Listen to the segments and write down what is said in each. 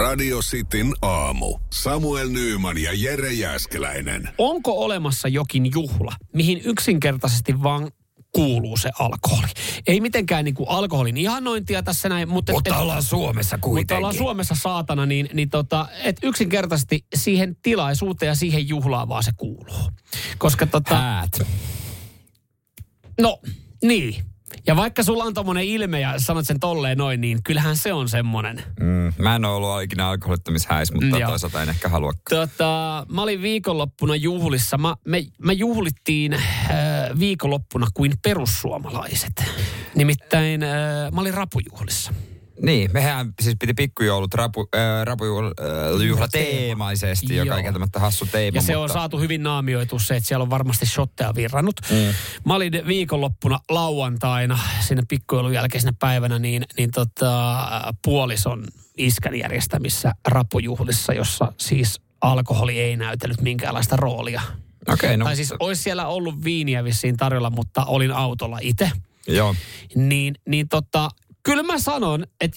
Radio Cityn aamu. Samuel Nyyman ja Jere Jääskeläinen. Onko olemassa jokin juhla, mihin yksinkertaisesti vaan kuuluu se alkoholi? Ei mitenkään niin kuin alkoholin ihannointia tässä näin, mutta ollaan Suomessa kuitenkin. Mutta ollaan Suomessa saatana, että yksinkertaisesti siihen tilaisuuteen ja siihen juhlaan vaan se kuuluu. Koska Häät. No, niin. Ja vaikka sulla on tommonen ilme ja sanot sen tolleen noin, niin kyllähän se on semmonen. Mä en ole ollut ikinä alkoholittomissa mutta toisaalta en ehkä halua. Mä olin viikonloppuna juhlissa. Me juhlittiin viikonloppuna kuin perussuomalaiset. Nimittäin mä olin rapujuhlissa. Niin, mehän siis piti pikkujoulut rapujuhla teemaisesti, joka ei kieltämättä hassu teema. Ja se on saatu hyvin naamioitu se, että siellä on varmasti shotteja virrannut. Mä olin viikonloppuna lauantaina, siinä pikkujoulun jälkeisenä päivänä, puolison iskän järjestämissä rapujuhlissa, jossa siis alkoholi ei näytellyt minkäänlaista roolia. Okay, no. Tai siis olisi siellä ollut viiniä vissiin tarjolla, mutta olin autolla itse. Joo. Kyllä mä sanon, että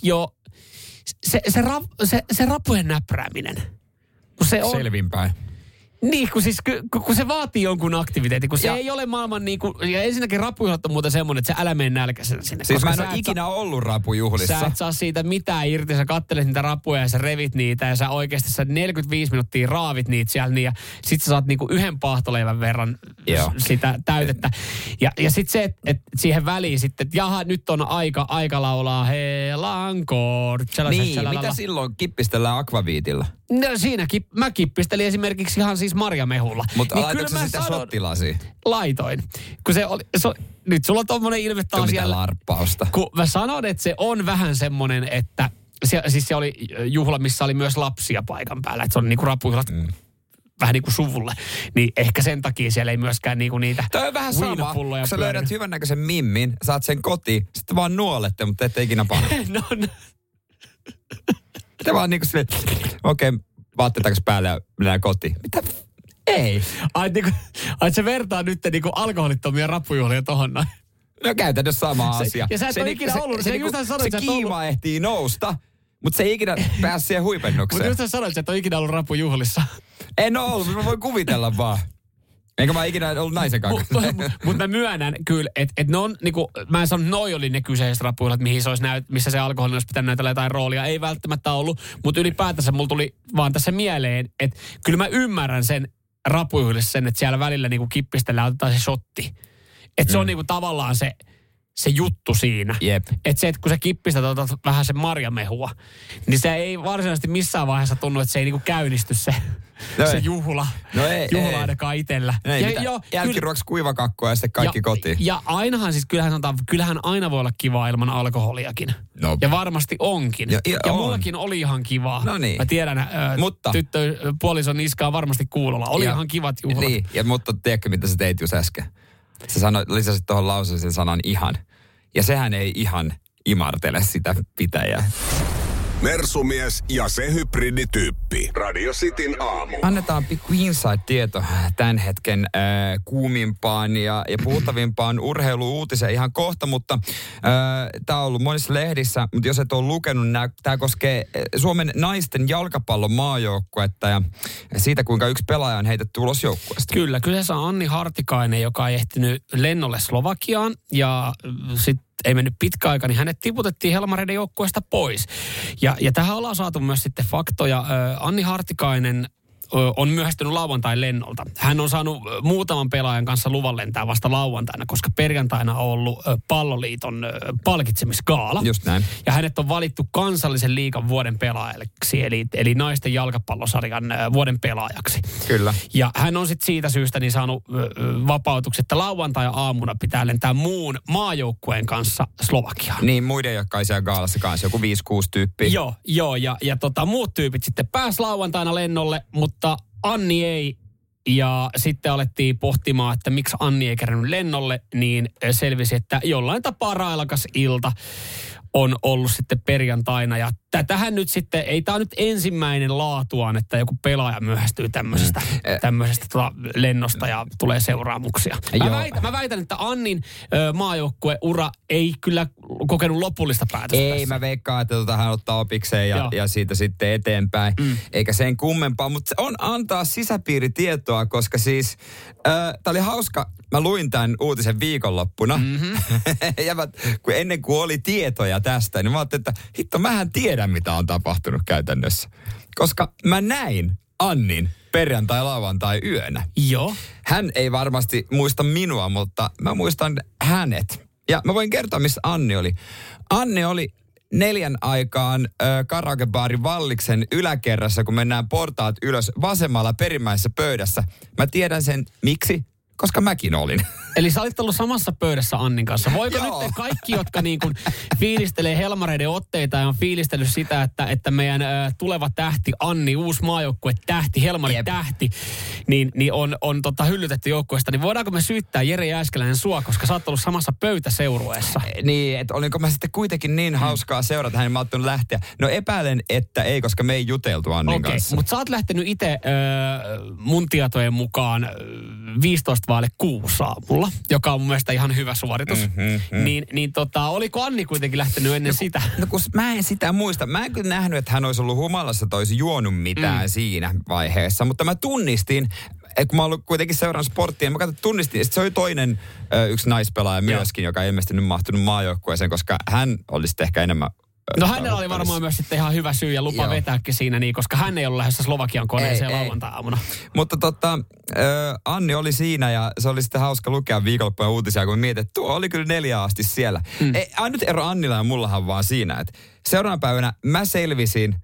se rapujen näprääminen. Se on selvinpäin. Niin, kun se vaatii jonkun aktiviteetin, kun se ei ole maailman ja ensinnäkin rapujuhlat on muuten semmoinen, että sä älä mene nälkäisenä sinne. Siis mä en ole ikinä ollut rapujuhlissa. Sä et saa siitä mitään irti, sä kattelet niitä rapuja ja sä revit niitä ja sä oikeasti 45 minuuttia raavit niitä siellä ja sit sä saat yhden paahtoleivän verran sitä täytettä. Ja sit se, että siihen väliin sitten, että jaha, nyt on aika laulaa Helankor. Niin, mitä silloin kippistellään akvaviitilla? No siinäkin mä kippistelin esimerkiksi ihan siis marjamehulla. Mutta niin laitoitko sitä shottilasiin? Laitoin. Kun nyt sulla on tommonen ilme taas siellä. Larppausta. Kun mä sanon, että se on vähän semmonen, että se oli juhla, missä oli myös lapsia paikan päällä. Että se on niinku rapujuhlat vähän niin kuin suvulle. Niin ehkä sen takia siellä ei myöskään niitä toi on vähän sama, kun sä löydät hyvännäköisen mimmin, saat sen kotiin, sitten vaan nuolette, mutta ette ikinä panna. No. Te vaan niinku silleen, okei, vaatteetako päälle ja mennään kotiin. Mitä? Ei. Ai se vertaa nyt niinku alkoholittomia rappujuhlia tohon näin. No käytännössä sama asia. Ja sä et ole ikinä ollut. Se kiima ehtii nousta, mutta se ei ikinä pääse siihen huipennukseen. Mutta just sä sanoit, että et ole ikinä ollut rappujuhlissa. En ole ollut, mä voin kuvitella vaan. Enkä mä ikinä ollut naisen kanssa. Mutta mä myönnän kyllä, että ne on, niinku, mä en sano, että noi oli ne kyseiset rapujuhlat, missä se alkoholi olisi pitänyt näytellä jotain roolia. Ei välttämättä ollut, mutta ylipäätänsä mulla tuli vaan tässä mieleen, että kyllä mä ymmärrän sen rapujuhlissa sen, että siellä välillä niinku kippistellään, otetaan se shotti. Että se on niinku tavallaan se juttu siinä. Jep. Että se, että kun sä kippistät vähän sen marjamehua, niin se ei varsinaisesti missään vaiheessa tunnu, että se ei niinku käynnisty se juhla. No ei. Juhla ainakaan itsellä. Jälkiruoksi kuivakakkoa ja sitten kaikki kotiin. Ja ainahan siis, kyllähän aina voi olla kivaa ilman alkoholiakin. No. Ja varmasti onkin. Ja mullakin oli ihan kivaa. No niin. Mä tiedän, mutta puolison niskaa varmasti kuulolla. Oli ihan kivat juhlat. Niin, mutta tiedätkö mitä sä teit just äsken? Sä lisäsit tuohon lauseeseen sanan ihan. Ja sehän ei ihan imartele sitä pitäjää. Mersumies ja se hybridityyppi. Radio Cityn aamu. Annetaan pikku inside-tieto tämän hetken kuumimpaan ja puhuttavimpaan urheilu-uutiseen ihan kohta, mutta tämä on ollut monissa lehdissä, mutta jos et ole lukenut, tämä koskee Suomen naisten jalkapallon maajoukkuetta ja siitä, kuinka yksi pelaaja on heitetty ulos joukkueesta. Kyllä, kyseessä on Anni Hartikainen, joka ei ehtinyt lennolle Slovakiaan ja sitten ei mennyt pitkä aika, niin hänet tiputettiin Helmareiden joukkueesta pois. Ja tähän ollaan saatu myös sitten faktoja. Anni Hartikainen on myöhästynyt lauantain lennolta. Hän on saanut muutaman pelaajan kanssa luvan lentää vasta lauantaina, koska perjantaina on ollut Palloliiton palkitsemisgaala. Just näin. Ja hänet on valittu kansallisen liigan vuoden pelaajaksi, eli naisten jalkapallosarjan vuoden pelaajaksi. Kyllä. Ja hän on sitten siitä syystä niin saanut vapautukset, että lauantai-aamuna pitää lentää muun maajoukkueen kanssa Slovakiaan. Niin, muiden, jotka ei siellä gaalassa kanssa, joku 5-6 tyyppiä. Joo, ja muut tyypit sitten pääsi lauantaina lennolle, mutta Anni ei. Ja sitten alettiin pohtimaan, että miksi Anni ei kerännyt lennolle, niin selvisi, että jollain tapaa railakas ilta on ollut sitten perjantaina. Ja tähän nyt sitten, ei tämä nyt ensimmäinen laatuaan, että joku pelaaja myöhästyy tämmöisestä lennosta ja tulee seuraamuksia. Mä väitän, että Annin maajoukkueura ei kyllä kokenut lopullista päätöstä. Ei, mä veikkaan, että hän ottaa opikseen ja siitä sitten eteenpäin. Eikä sen kummempaa, mutta se on antaa sisäpiiritietoa, koska siis tää oli hauska. Mä luin tämän uutisen viikonloppuna. Ja ennen kuin oli tietoja tästä, niin mä ajattelin, että hitto, mähän tiedän, mitä on tapahtunut käytännössä. Koska mä näin Annin perjantai-lauantai yönä. Joo. Hän ei varmasti muista minua, mutta mä muistan hänet. Ja mä voin kertoa, missä Anni oli. Anni oli 4 aikaan karaokebaarin Valliksen yläkerrassa, kun mennään portaat ylös vasemmalla perimmäisessä pöydässä. Mä tiedän sen miksi, koska mäkin olin. Eli sä olit ollut samassa pöydässä Annin kanssa. Voiko nyt kaikki, jotka niin kuin fiilistelee Helmareiden otteita ja on fiilistellyt sitä, että meidän tuleva tähti Anni, uusi maajoukkue tähti, Helmarin tähti, niin on hyllytetty joukkueesta, niin voidaanko me syyttää Jere Jääskeläinen sua, koska sä oot ollut samassa pöytäseurueessa? Niin, että olinko mä sitten kuitenkin niin hauskaa seurata hänen, mä oon lähteä. No epäilen, että ei, koska me ei juteltu Annin kanssa. Mutta sä oot lähtenyt itse mun tietojen mukaan 15:06 aamulla, joka on mun mielestä ihan hyvä suoritus. Oliko Anni kuitenkin lähtenyt ennen sitä? No kun mä en sitä muista. Mä en kyllä nähnyt, että hän olisi ollut humalassa tai olisi juonut mitään siinä vaiheessa. Mutta mä tunnistin, kun mä oon ollut kuitenkin seurannut sporttia, mä tunnistin, että se oli toinen yksi naispelaaja myöskin, joka ei ilmeisesti nyt mahtunut maajoukkueeseen, koska hän olisi ehkä enemmän. No hänellä oli varmaan myös sitten ihan hyvä syy ja lupa vetääkin siinä, niin, koska hän ei ollut lähdössä Slovakian koneeseen lauantai-aamuna. Mutta Anni oli siinä ja se oli sitten hauska lukea viikonloppujen uutisia, kun mietin, että tuo oli kyllä 4 asti siellä. Ainut ero Annilla ja mullahan vaan siinä, että seuraavana päivänä mä selvisin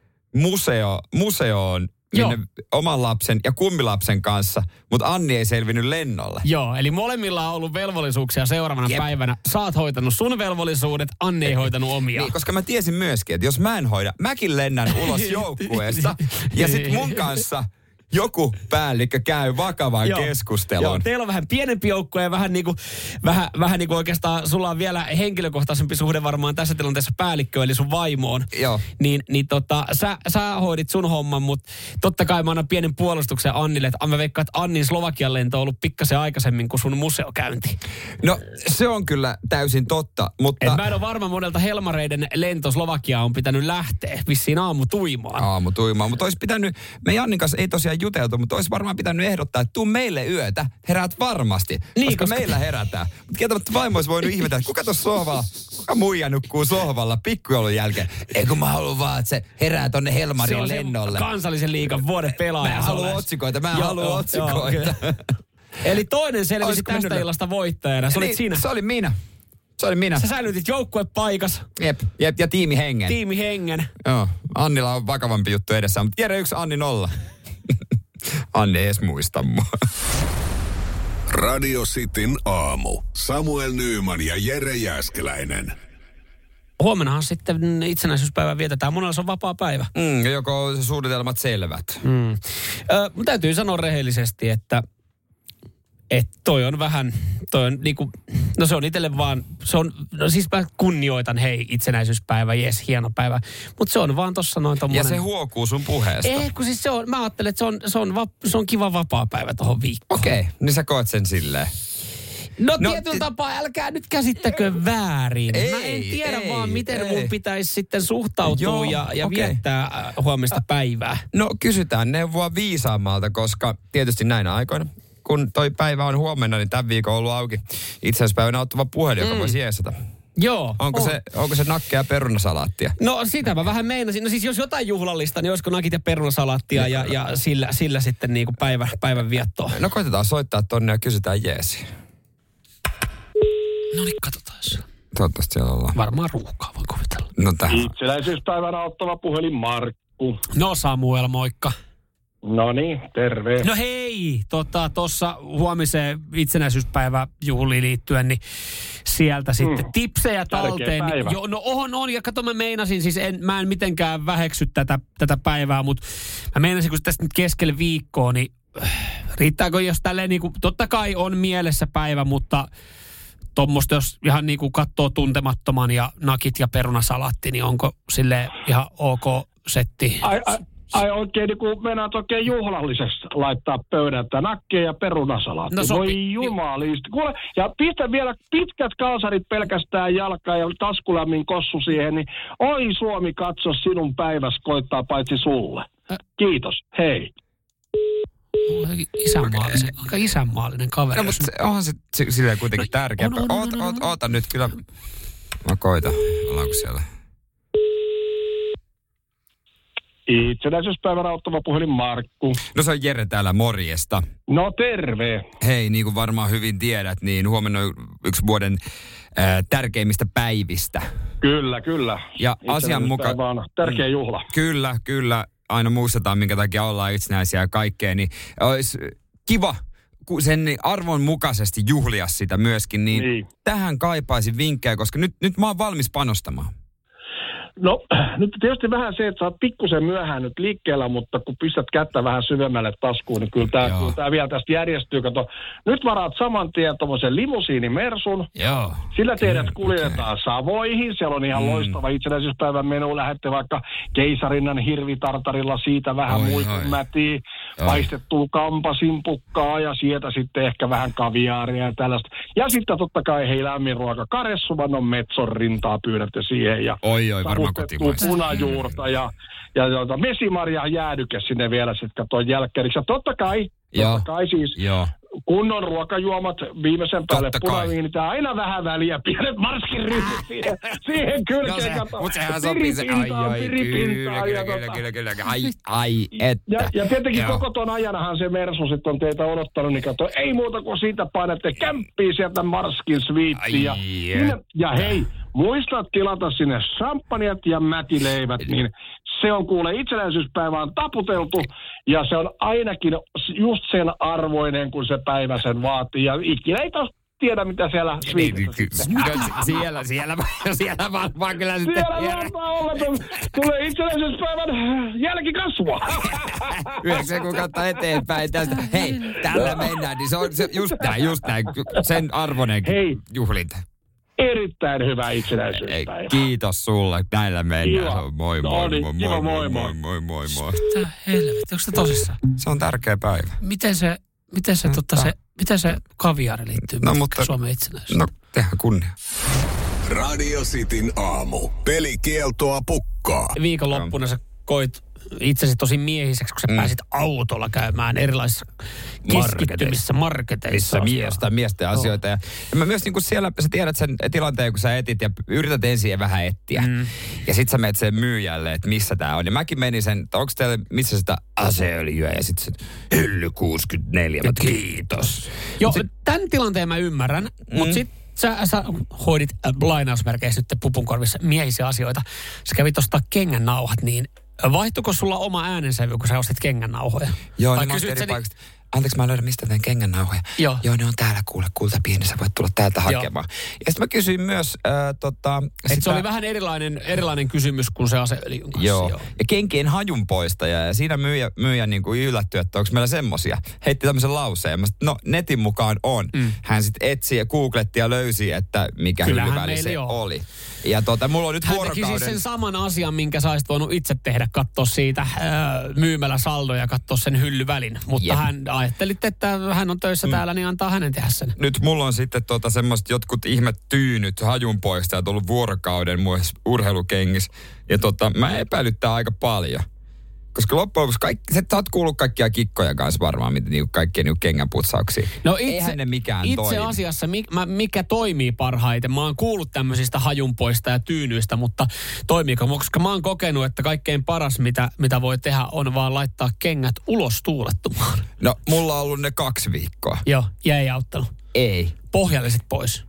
museoon minne oman lapsen ja kummilapsen kanssa, mutta Anni ei selvinnyt lennolle. Joo, eli molemmilla on ollut velvollisuuksia seuraavana päivänä. Sä oot hoitanut sun velvollisuudet, Anni ei hoitanut omia. Niin, koska mä tiesin myöskin, että jos mä en hoida, mäkin lennän ulos joukkueesta ja sit mun kanssa joku päällikkö käy vakavan keskustelun. Joo, teillä on vähän pienempi joukkue ja vähän niin kuin oikeastaan sulla on vielä henkilökohtaisempi suhde varmaan tässä tilanteessa päällikköön, eli sun vaimoon. Joo. Sä hoidit sun homman, mutta totta kai mä annan pienen puolustuksen Annille, että mä veikkaan, että Annin Slovakian lento on ollut pikkasen aikaisemmin kuin sun museokäynti. No, se on kyllä täysin totta, mutta mä en ole varma, monelta Helmareiden lento Slovakiaan on pitänyt lähteä vissiin aamutuimaan, mutta olisi pitänyt, me Jannin kanssa ei tosiaan juteltu, mutta olisi varmaan pitänyt ehdottaa, että tuu meille yötä, heräät varmasti, koska meillä herätään. Mutta kieltämättä vaimo olisi voinut ihmetellä, että kuka tuossa sohvalla, kuka muija nukkuu sohvalla pikkujoulun jälkeen. Eikö mä haluan vaan, että se herää tonne Helmarin lennolle. Kansallisen liigan vuoden pelaaja. Mä haluan otsikoita, otsikoita. Eli toinen selvisi tästä illasta voittajana, se olit sinä. Se oli minä. Sä säilytit joukkuepaikas. Jep, ja tiimihengen. Joo, Annilla on vakavampi juttu edessä, mutta tiedä 1 Anni 0. Anni ei edes muista mua. Radio Cityn aamu. Samuel Nyyman ja Jere Jääskeläinen. Huomennahan sitten itsenäisyyspäivä vietetään. Monella se on vapaa päivä. Joko suunnitelmat selvät. Mun täytyy sanoa rehellisesti, että toi on niinku, no se on itselle vaan, siis mä kunnioitan, hei, itsenäisyyspäivä, jes, hieno päivä, mutta se on vaan tossa noin tommonen. Ja se huokuu sun puheesta. Kun siis mä ajattelen, että se on kiva vapaa-päivä tohon viikkoon. Okei, niin sä koet sen silleen. No tietyllä tapaa, älkää nyt käsittäkö väärin. Mä en tiedä vaan, miten mun pitäisi sitten suhtautua ja viettää huomista päivää. No kysytään neuvoa viisaammalta, koska tietysti näinä aikoina, kun toi päivä on huomenna, niin tämän viikon on ollut auki itsenäisyyspäivänä ottava puhelin, joka voisi jeesata. Joo. Onko se nakkeja ja perunasalaattia? No sitä mä vähän meinasin. No siis jos jotain juhlallista, niin olisiko nakit ja perunasalaattia ja sillä sitten niin kuin päivän viettoa. No koitetaan soittaa tonne ja kysytään jeesi. No niin, katsotaan. Toivottavasti siellä ollaan. Varmaan ruuhkaa, voin kuvitella. No tähän. Itsenäisyyspäivänä ottava puhelin Markku. No Samuel, moikka. No niin, terve. No hei, tuossa huomiseen itsenäisyyspäiväjuhliin liittyen, niin sieltä sitten tipsejä talteen. Päivä. No on, ja kato mä meinasin, siis mä en mitenkään väheksy tätä päivää, mutta mä meinasin, kun tästä nyt keskellä viikkoa, niin riittääkö jos tälleen niin kuin, totta kai on mielessä päivä, mutta tuommoista, jos ihan niin kuin katsoo Tuntemattoman ja nakit ja perunasalaatti, niin onko sille ihan ok setti? Ai oikein, niin kuin meinaat oikein juhlallisesti laittaa pöydältä nakkeja ja perunasalaatti. No voi jumalisti. Kuule, ja pistä vielä pitkät kalsarit pelkästään jalkaan ja taskulämmin kossu siihen, niin oi Suomi, katso sinun päiväs koittaa paitsi sulle. Kiitos, hei. Aika isänmaallinen kaveri. No, mutta onhan se silleen kuitenkin tärkeä. Oota nyt kyllä. Mä koitan. Ollaanko siellä? Itsenäisyyspäivän auttava puhelin Markku. No se on Jere täällä, morjesta. No terve. Hei, niin kuin varmaan hyvin tiedät, niin huomenna on yksi vuoden tärkeimmistä päivistä. Kyllä. Ja asian mukaan... Tärkeä juhla. Kyllä. Aina muistetaan, minkä takia ollaan itsenäisiä ja kaikkea, niin olisi kiva sen arvon mukaisesti juhlia sitä myöskin, niin tähän kaipaisin vinkkejä, koska nyt mä oon valmis panostamaan. No nyt tietysti vähän se, että sä oot pikkusen myöhään nyt liikkeellä, mutta kun pistät kättä vähän syvemmälle taskuun, niin kyllä tää vielä tästä järjestyy. Kato, nyt varaat saman tien tommosen limusiinimersun. Joo. Sillä teidät kuljetetaan Savoihin. Siellä on ihan loistava itsenäisyyspäivän menu. Lähette vaikka keisarinnan hirvitartarilla siitä vähän muikunmätiä, paistettua kampasimpukkaa ja sieltä sitten ehkä vähän kaviaaria ja tällaista. Ja sitten totta kai hei lämmin ruoka. Karessuvannon metson rintaa pyydätte siihen ja varmaan kotimaista. Punajuurta ja mesimarja jäädyke sinne vielä sitten katoin jälkkäriksi. Ja totta kai siis kunnon ruokajuomat viimeisen päälle punaviinit ja aina vähän väliä, pienet marskinryhmät siihen kylkeen. Mutta sehän sopii se. Kyllä. Ai, että. Ja tietenkin koko ton ajanahan se Mersu sitten on teitä odottanut, niin kato, ei muuta kuin siitä painatte kämppiä sieltä Marskin sviittiin. Ja hei, muistat tilata sinne champagnat ja mätileivät, niin se on kuule itsenäisyyspäivään taputeltu ja se on ainakin just sen arvoinen, kun se päivä sen vaatii. Ja ikinä ei taas tiedä, mitä siellä sviitissä siellä varmaan kyllä sitten. Siellä varmaan olla, tulee itsenäisyyspäivän jälkikasvua. 9 kuukautta eteenpäin tästä. Hei, tällä mennään, niin se on just näin, sen arvoinen juhlinta. Erittäin hyvä itsenäisyyspäivä. Kiitos sulle. Näillä mennään. Moi. Mitä helvetti, onko se tosissaan? Se on tärkeä päivä. Miten se kaviaari liittyy Suomen itsenäisyyteen? No, tehdään kunnia. Radio Cityn aamu. Pelikieltoa pukkaa. Viikonloppuna sä koit itsesi tosi miehiseksi, kun sä pääsit autolla käymään erilaisissa keskittymissä marketeissa. Miesten asioita. Ja mä myös niin kuin siellä, sä tiedät sen tilanteen, kun sä etit ja yrität ensin vähän etsiä. Ja sit sä menet sen myyjälle, että missä tää on. Ja mäkin menin sen, että onko teille missä sitä aseöljyä? Ja sit se hylly 64. Kiitos. Joo, tämän tilanteen mä ymmärrän, mutta sit sä hoidit lainausmerkeissä nyt pupunkorvissa miehisiä asioita. Sä kävit ostaa kengännauhat, niin vaihtuiko sulla oma äänensävy, kun sä ostit kengännauhoja? Joo, ne eri paikasta. Anteeksi, mä löydän mistä teen kengännauhoja. Joo, ne on täällä kuule, kulta pieni, sä voit tulla täältä hakemaan. Ja sitten mä kysyin myös, se oli vähän erilainen kysymys kuin se aseöljyn kanssa. Joo, ja kenkien hajun poistaja, ja siinä myyjä niin kuin yllättyi, että onko meillä semmosia. Heitti tämmöisen lauseen, mä sit, no netin mukaan on. Hän sitten etsi ja googletti ja löysi, että mikä hyllyväli se oli. Ja mulla on nyt vuorokauden. Hän teki siis sen saman asian, minkä sä olisit voinut itse tehdä, katsoa siitä myymällä saldoja ja katsoa sen hyllyvälin. Mutta hän ajattelit, että hän on töissä täällä, niin antaa hänen tehdä sen. Nyt mulla on sitten semmoiset jotkut ihme tyynyt hajunpoistajat ollut vuorokauden muissa urheilukengissä. Ja mä epäilyttää aika paljon. Koska loppujen lopuksi sä oot kuullut kaikkia kikkoja kanssa varmaan, kaikkia kengänputsauksia. No eihän ne mikään toimi. Itse asiassa mikä toimii parhaiten? Mä oon kuullut tämmöisistä hajunpoista ja tyynyistä, mutta toimiiko? Koska mä oon kokenut, että kaikkein paras, mitä voi tehdä, on vaan laittaa kengät ulos tuulettumaan. No, mulla on ollut ne 2 viikkoa. Joo, ja ei auttanut. Ei. Pohjalliset pois.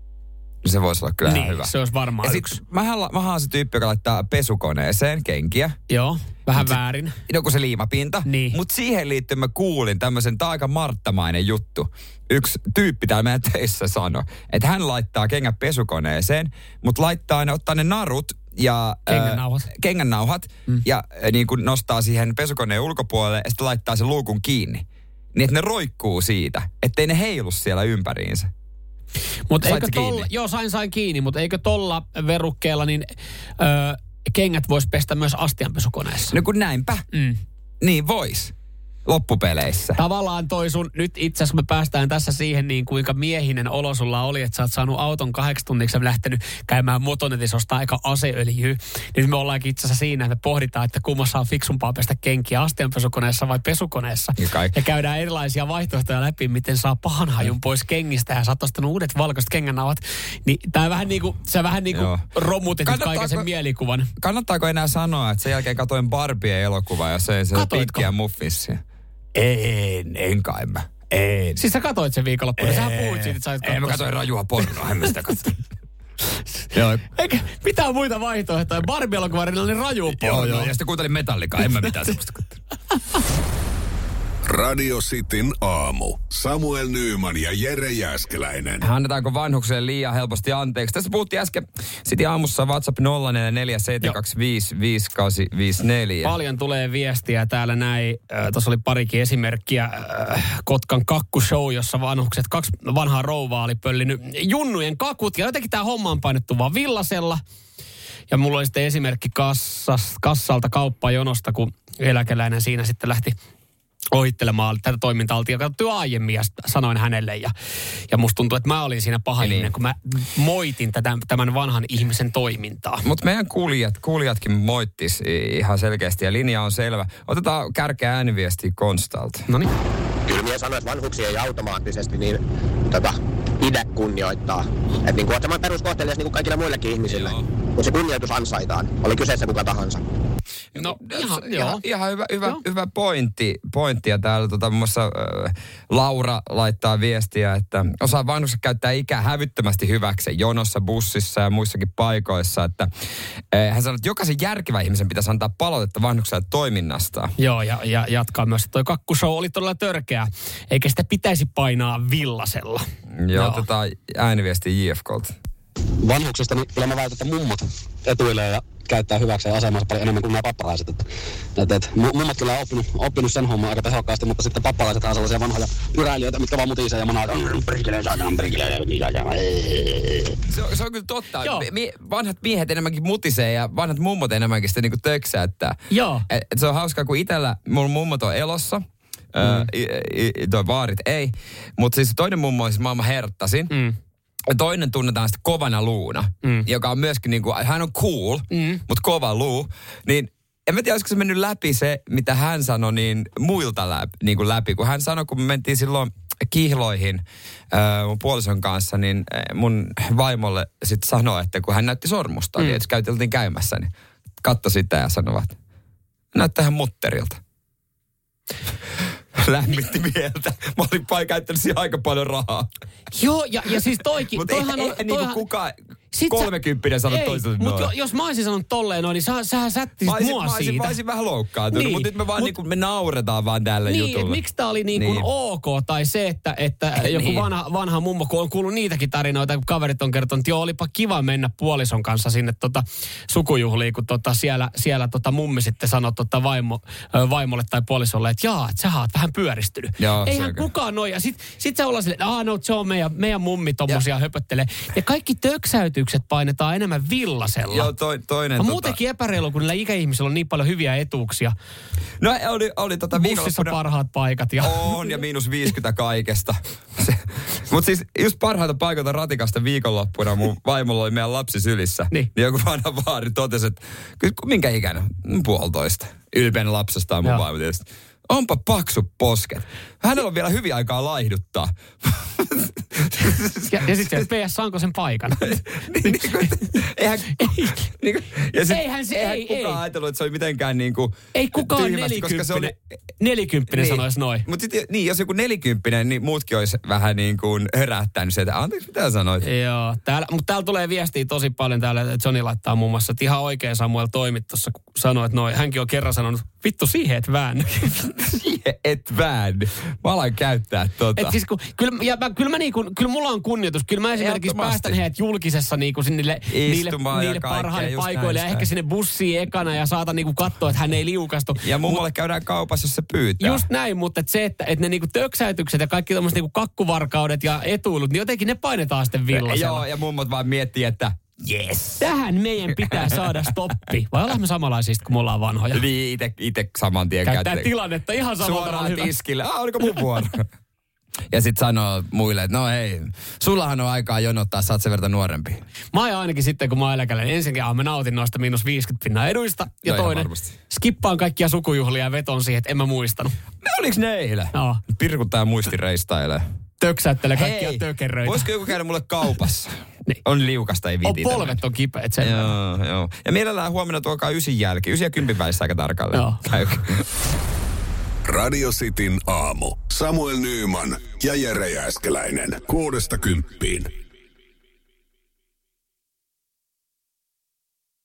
Se voisi olla kyllä hyvä. Se olisi varmaan ja yksi. Mä oon se tyyppi, joka laittaa pesukoneeseen kenkiä. Joo, vähän väärin. No kun se liimapinta. Niin. Mutta siihen liittyen mä kuulin tämmöisen, tää aika marttamainen juttu. Yksi tyyppi täällä meidän töissä sanoi, että hän laittaa kengät pesukoneeseen, mutta ottaa ne narut ja kengännauhat ja niin kuin nostaa siihen pesukoneen ulkopuolelle ja sitten laittaa sen luukun kiinni. Niin että ne roikkuu siitä, ettei ne heilu siellä ympäriinsä. Mutta eikö tolla, joo sain kiinni, mutta eikö tolla verukkeella niin kengät vois pestä myös astianpesukoneessa? No kun näinpä. Niin vois. Loppupeleissä. Tavallaan toi sun, nyt itse asiassa me päästään tässä siihen niin kuinka miehinen olo sulla oli, että sä oot saanut auton 8 tunniksi ja lähtenyt käymään Motonetissa ostaa aika aseöljyä. Nyt me ollaankin itse asiassa siinä, että me pohditaan, että kummassa on fiksumpaa pestä kenkiä astianpesukoneessa vai pesukoneessa. Ja käydään erilaisia vaihtoehtoja läpi, miten saa pahan hajun pois kengistä ja sä oot ostanut uudet valkoiset kengänavat. Niin tää vähän niinku, sä vähän niinku romutetit kaiken sen mielikuvan. Kannattaako enää sanoa, että sen jälkeen katoin Barbien elokuvaa ja se pitkiä muffinssia? En kai mä. En. Siis sä katoit sen viikonloppuna. Sähän puhuit siitä, että sä olet katsoa. Mä katoin rajua pornoa, en mä sitä katsonut. Eikä mitään muita vaihtoehtoja. Barbie-elokuva oli raju pornoa. Joo, ja sitten kuuntelin Metallicaa, en mä mitään semmoista kattonut. Radio Cityn aamu. Samuel Nyyman ja Jere Jääskeläinen. Annetaanko vanhukselle liian helposti anteeksi? Tässä puhuttiin äsken City aamussa WhatsApp 0447255854. Paljon tulee viestiä täällä näin. Tuossa oli parikin esimerkkiä. Kotkan kakkushow, jossa vanhukset, 2 vanhaa rouvaa oli pöllinyt junnujen kakut. Ja jotenkin tämä homma on painettu vaan villasella. Ja mulla oli sitten esimerkki kassalta kauppajonosta, kun eläkeläinen siinä sitten lähti ohittelemaan tätä toimintaa. Oltiin katsottu aiemmin ja sanoin hänelle. Ja musta tuntuu, että mä olin siinä paha ihminen, kun mä moitin tämän vanhan ihmisen toimintaa. Mutta meidän kuulijatkin moittis ihan selkeästi ja linja on selvä. Otetaan kärkeä ääniviestiä Konstalta. Noniin. Kyllä minä sanoin, että vanhuksia ei automaattisesti pidä kunnioittaa. Että niin kuin on peruskohtelias niin kuin kaikille muillekin ihmisille. Mutta se kunnioitus ansaitaan. Oli kyseessä kuka tahansa. No ihan hyvä pointti. Ja täällä muun muassa Laura laittaa viestiä, että osa vanhukset käyttää ikää hävyttömästi hyväkseen jonossa, bussissa ja muissakin paikoissa. Että hän sanoo, että jokaisen järkevän ihmisen pitäisi antaa palautetta vanhukselle toiminnasta. Joo, ja jatkaa myös, että toi kakkushow oli todella törkeä, eikä sitä pitäisi painaa villasella. Joo, otetaan ääniviestiä JFKlta. Vanhuksista, niin kyllä mä väitän, että mummot etuilee ja käyttää hyväkseen asemansa paljon enemmän kuin nämä pappalaiset. Mummot kyllä on oppinut sen homman aika tehokkaasti, mutta sitten pappalaiset on sellaisia vanhoja pyräilijöitä, mitkä vaan mutisee ja manaa. Se on kyllä totta. Vanhat miehet enemmänkin mutisee ja vanhat mummot enemmänkin sitä niinku töksäyttää. Joo. Se on hauskaa, kun itsellä mun mummot on elossa. Toi vaarit ei. Mutta siis toinen mummo on siis maailman herttasin. Toinen tunnetaan sitten kovana luuna, joka on myöskin niinku, hän on cool, mutta kova luu. Niin en mä tiedä, olisiko se mennyt läpi se, mitä hän sanoi niin muilta läpi. Kun hän sanoi, kun me mentiin silloin kihloihin mun puolison kanssa, niin mun vaimolle sitten sanoi, että kun hän näytti sormusta, niin että käyteltiin käymässä, niin katsoi sitä ja sanovat, näyttää ihan mutterilta. Lämmitti mieltä. Mä olin käyttänyt siihen aika paljon rahaa. Joo, ja siis toikin. Mutta eihän kukaan 30 sanoo toiselle noin. Mutta jos mä olisin sanonut tolleen noin, niin sähän sättisit mua siitä. Mä olisin vähän loukkaantunut, niin, mutta nyt me vaan me nauretaan vaan tälle jutulle. Niin, miksi tää oli ok, tai se, että joku vanha mummo, kun on kuullut niitäkin tarinoita, kun kaverit on kertonut, että joo, olipa kiva mennä puolison kanssa sinne sukujuhliin, kun siellä mummi sitten sanoi vaimolle tai puolisolle, että jaa, että sä oot vähän pyöristynyt. Joo, eihän kukaan noin. Ja sit sä ollaan silleen, no se on meidän mummi tommosia höpöttelee. Ja kaikki töksäytykset painetaan enemmän villasella. Joo, toinen. On muutenkin epäreilu, kun niillä ikäihmisillä on niin paljon hyviä etuuksia. No oli bussissa parhaat paikat. Ja on, ja -50 kaikesta. Mutta siis just parhaita paikoita ratikasta viikonloppuna mun vaimolla oli meidän lapsi sylissä. Niin joku vanha vaari totesi, että minkä ikäinen? 1,5. Ylpeänä lapsesta on mun vaimo tietysti. Onpa paksu posket. Hänellä on vielä hyviä aikaa laihduttaa. Ja sitten PS, saanko sen paikan? Eihän kukaan ajatellut, että se oli mitenkään niinku ei kukaan tyhmästi, koska se oli 40 sanoisi noin. Mutta sitten jos joku 40, niin muutkin olisi vähän niin kuin hörättänyt sieltä. Anteeksi, mitä sanoit? Joo, mutta täällä tulee viestiä tosi paljon. Täällä Johnny laittaa muun muassa, että ihan oikein Samuel toimit tuossa, kun sanoit noin. Hänkin on kerran sanonut, vittu siihen, että väännä. Et väänny. Mä alan käyttää tota. Et siis kyllä mulla on kunnioitus. Kyllä mä esimerkiksi päästän heidät julkisessa niinku niille parhaille paikoille. Ja ehkä sinne bussiin ekana ja saatan niinku katsoa, että hän ei liukastu. Ja mummolle käydään kaupassa, jos se pyytää. Just näin, mutta että ne niinku töksäytykset ja kaikki tommoset niinku kakkuvarkaudet ja etuilut, niin jotenkin ne painetaan sitten villasella. Joo, ja mummot vaan miettii, että yes. Tähän meidän pitää saada stoppi. Vai ollaan me samanlaisia, kun me ollaan vanhoja? Niin, ite saman tien käyttää tilannetta ihan samalla suoraan tiskille. Oliko mun vuoro? Ja sit sanoo muille, että no hei, sullahan on aikaa jonottaa, sä oot sen verran nuorempi. Mä ajan ainakin sitten, kun mä oon eläkäinen. Ensinnäkin mä nautin noista -50% eduista. Ja no toinen, skippaan kaikkia sukujuhlia ja veton siihen, että en mä muistanut. Oliks ne eilen? No. Pirkuttaa muistireistailee. Töksäyttelee kaikkia tökeröitä. Voisiko joku käydä mulle kaupassa? Niin. On liukasta, ei viititä. Polvet on kipeät sen. Joo. Ja mielellään huomenna tuokaa 9 jälkeen. 9 ja 10 välissä aika tarkalleen. Joo. Radio Cityn aamu. Samuel Nyyman ja Jere Jääskeläinen. 6–10.